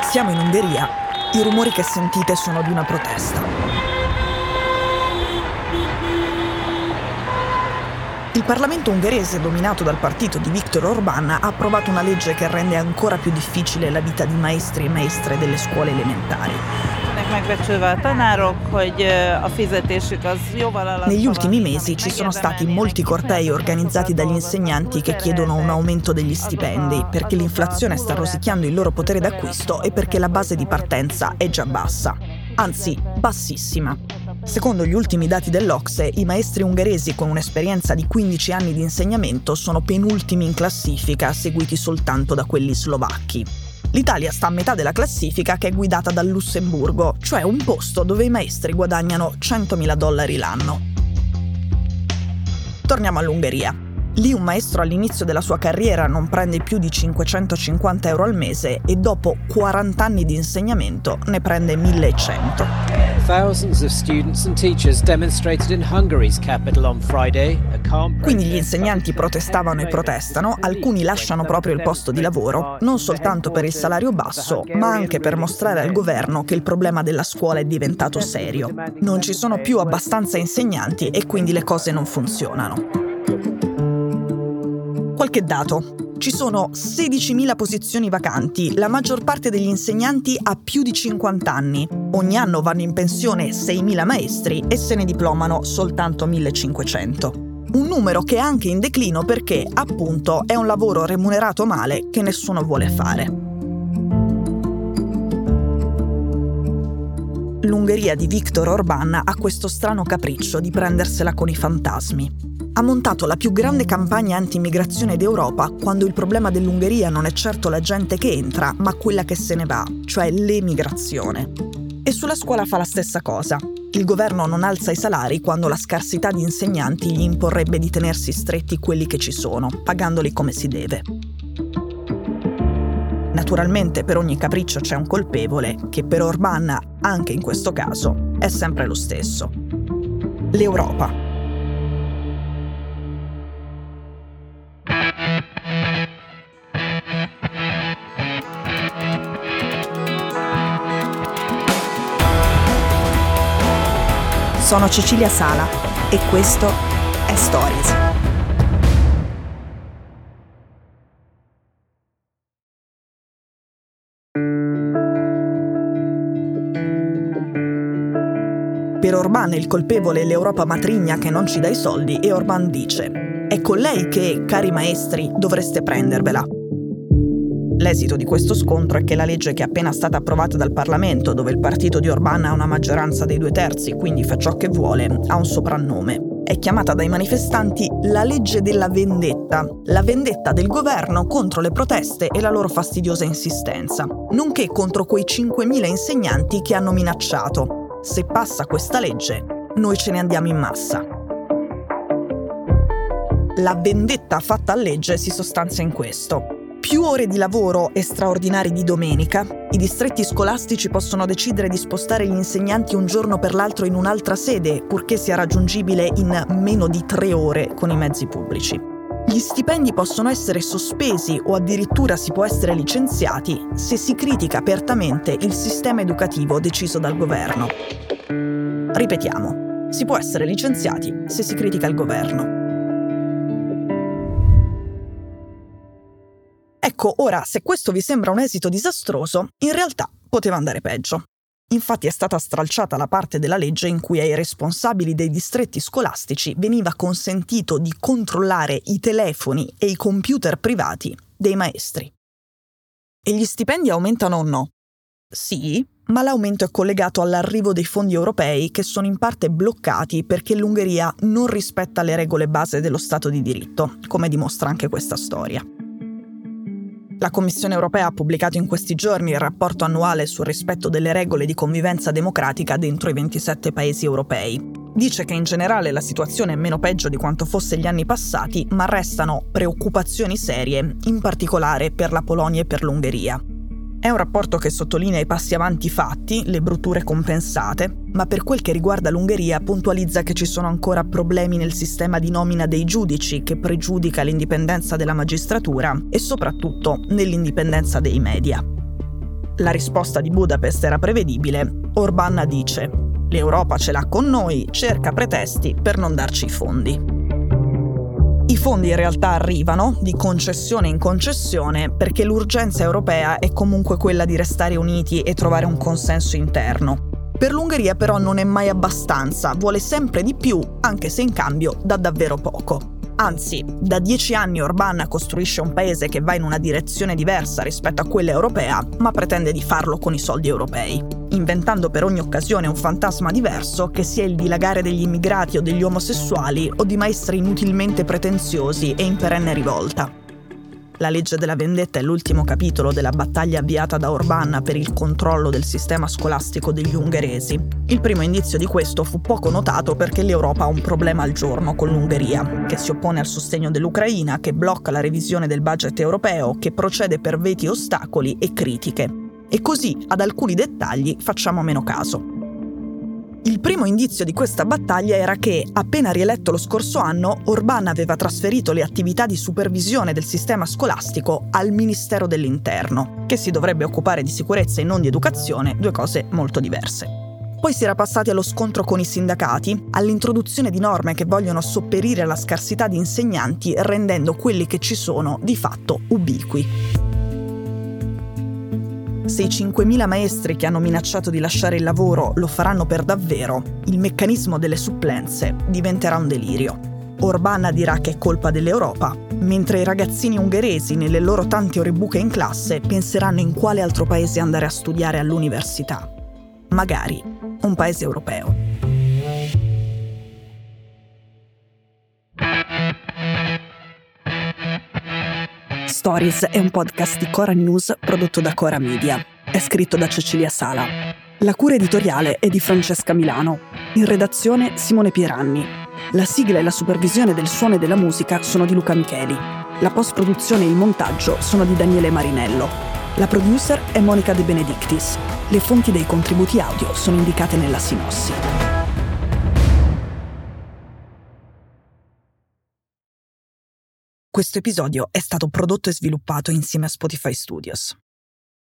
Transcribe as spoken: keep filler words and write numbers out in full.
Siamo in Ungheria. I rumori che sentite sono di una protesta. Il Parlamento ungherese, dominato dal partito di Viktor Orbán, ha approvato una legge che rende ancora più difficile la vita di maestri e maestre delle scuole elementari. Negli ultimi mesi ci sono stati molti cortei organizzati dagli insegnanti che chiedono un aumento degli stipendi, perché l'inflazione sta rosicchiando il loro potere d'acquisto e perché la base di partenza è già bassa, anzi bassissima. Secondo gli ultimi dati dell'Ocse, i maestri ungheresi con un'esperienza di quindici anni di insegnamento sono penultimi in classifica, seguiti soltanto da quelli slovacchi. L'Italia sta a metà della classifica, che è guidata dal Lussemburgo, cioè un posto dove i maestri guadagnano centomila dollari l'anno. Torniamo all'Ungheria. Lì un maestro all'inizio della sua carriera non prende più di cinquecentocinquanta euro al mese e dopo quaranta anni di insegnamento ne prende millecento. Thousands of students and teachers demonstrated in Hungary's capital on Friday. Quindi gli insegnanti protestavano e protestano, alcuni lasciano proprio il posto di lavoro, non soltanto per il salario basso, ma anche per mostrare al governo che il problema della scuola è diventato serio. Non ci sono più abbastanza insegnanti e quindi le cose non funzionano. Qualche dato. Ci sono sedicimila posizioni vacanti, la maggior parte degli insegnanti ha più di cinquanta anni. Ogni anno vanno in pensione seimila maestri e se ne diplomano soltanto millecinquecento. Un numero che è anche in declino perché, appunto, è un lavoro remunerato male che nessuno vuole fare. L'Ungheria di Viktor Orbán ha questo strano capriccio di prendersela con i fantasmi. Ha montato la più grande campagna anti-immigrazione d'Europa quando il problema dell'Ungheria non è certo la gente che entra, ma quella che se ne va, cioè l'emigrazione. E sulla scuola fa la stessa cosa. Il governo non alza i salari quando la scarsità di insegnanti gli imporrebbe di tenersi stretti quelli che ci sono, pagandoli come si deve. Naturalmente per ogni capriccio c'è un colpevole, che per Orbán, anche in questo caso, è sempre lo stesso. L'Europa. Sono Cecilia Sala e questo è Stories. Per Orbán il colpevole è l'Europa matrigna che non ci dà i soldi e Orbán dice: è con lei che, cari maestri, dovreste prendervela. L'esito di questo scontro è che la legge che è appena stata approvata dal Parlamento, dove il partito di Orbán ha una maggioranza dei due terzi, quindi fa ciò che vuole, ha un soprannome. È chiamata dai manifestanti la legge della vendetta, la vendetta del governo contro le proteste e la loro fastidiosa insistenza, nonché contro quei cinquemila insegnanti che hanno minacciato: se passa questa legge, noi ce ne andiamo in massa. La vendetta fatta a legge si sostanzia in questo. Più ore di lavoro e straordinari di domenica, i distretti scolastici possono decidere di spostare gli insegnanti un giorno per l'altro in un'altra sede, purché sia raggiungibile in meno di tre ore con i mezzi pubblici. Gli stipendi possono essere sospesi o addirittura si può essere licenziati se si critica apertamente il sistema educativo deciso dal governo. Ripetiamo, si può essere licenziati se si critica il governo. Ecco, ora, se questo vi sembra un esito disastroso, in realtà poteva andare peggio. Infatti è stata stralciata la parte della legge in cui ai responsabili dei distretti scolastici veniva consentito di controllare i telefoni e i computer privati dei maestri. E gli stipendi aumentano o no? Sì, ma l'aumento è collegato all'arrivo dei fondi europei che sono in parte bloccati perché l'Ungheria non rispetta le regole base dello Stato di diritto, come dimostra anche questa storia. La Commissione europea ha pubblicato in questi giorni il rapporto annuale sul rispetto delle regole di convivenza democratica dentro i ventisette paesi europei. Dice che in generale la situazione è meno peggio di quanto fosse gli anni passati, ma restano preoccupazioni serie, in particolare per la Polonia e per l'Ungheria. È un rapporto che sottolinea i passi avanti fatti, le brutture compensate, ma per quel che riguarda l'Ungheria puntualizza che ci sono ancora problemi nel sistema di nomina dei giudici che pregiudica l'indipendenza della magistratura e soprattutto nell'indipendenza dei media. La risposta di Budapest era prevedibile. Orbán dice: l'Europa ce l'ha con noi, cerca pretesti per non darci i fondi. I fondi in realtà arrivano, di concessione in concessione, perché l'urgenza europea è comunque quella di restare uniti e trovare un consenso interno. Per l'Ungheria però non è mai abbastanza, vuole sempre di più, anche se in cambio dà davvero poco. Anzi, da dieci anni Orbán costruisce un paese che va in una direzione diversa rispetto a quella europea, ma pretende di farlo con i soldi europei, inventando per ogni occasione un fantasma diverso, che sia il dilagare degli immigrati o degli omosessuali o di maestri inutilmente pretenziosi e in perenne rivolta. La legge della vendetta è l'ultimo capitolo della battaglia avviata da Orbán per il controllo del sistema scolastico degli ungheresi. Il primo indizio di questo fu poco notato perché l'Europa ha un problema al giorno con l'Ungheria, che si oppone al sostegno dell'Ucraina, che blocca la revisione del budget europeo, che procede per veti e ostacoli e critiche. E così ad alcuni dettagli facciamo meno caso. Il primo indizio di questa battaglia era che, appena rieletto lo scorso anno, Orbán aveva trasferito le attività di supervisione del sistema scolastico al Ministero dell'Interno, che si dovrebbe occupare di sicurezza e non di educazione, due cose molto diverse. Poi si era passati allo scontro con i sindacati, all'introduzione di norme che vogliono sopperire alla scarsità di insegnanti, rendendo quelli che ci sono di fatto ubiqui. Se i cinquemila maestri che hanno minacciato di lasciare il lavoro lo faranno per davvero, il meccanismo delle supplenze diventerà un delirio. Orbán dirà che è colpa dell'Europa, mentre i ragazzini ungheresi, nelle loro tante ore buche in classe, penseranno in quale altro paese andare a studiare all'università. Magari un paese europeo. Stories è un podcast di Cora News prodotto da Cora Media. È scritto da Cecilia Sala. La cura editoriale è di Francesca Milano. In redazione Simone Pieranni. La sigla e la supervisione del suono e della musica sono di Luca Micheli. La post-produzione e il montaggio sono di Daniele Marinello. La producer è Monica De Benedictis. Le fonti dei contributi audio sono indicate nella sinossi. Questo episodio è stato prodotto e sviluppato insieme a Spotify Studios.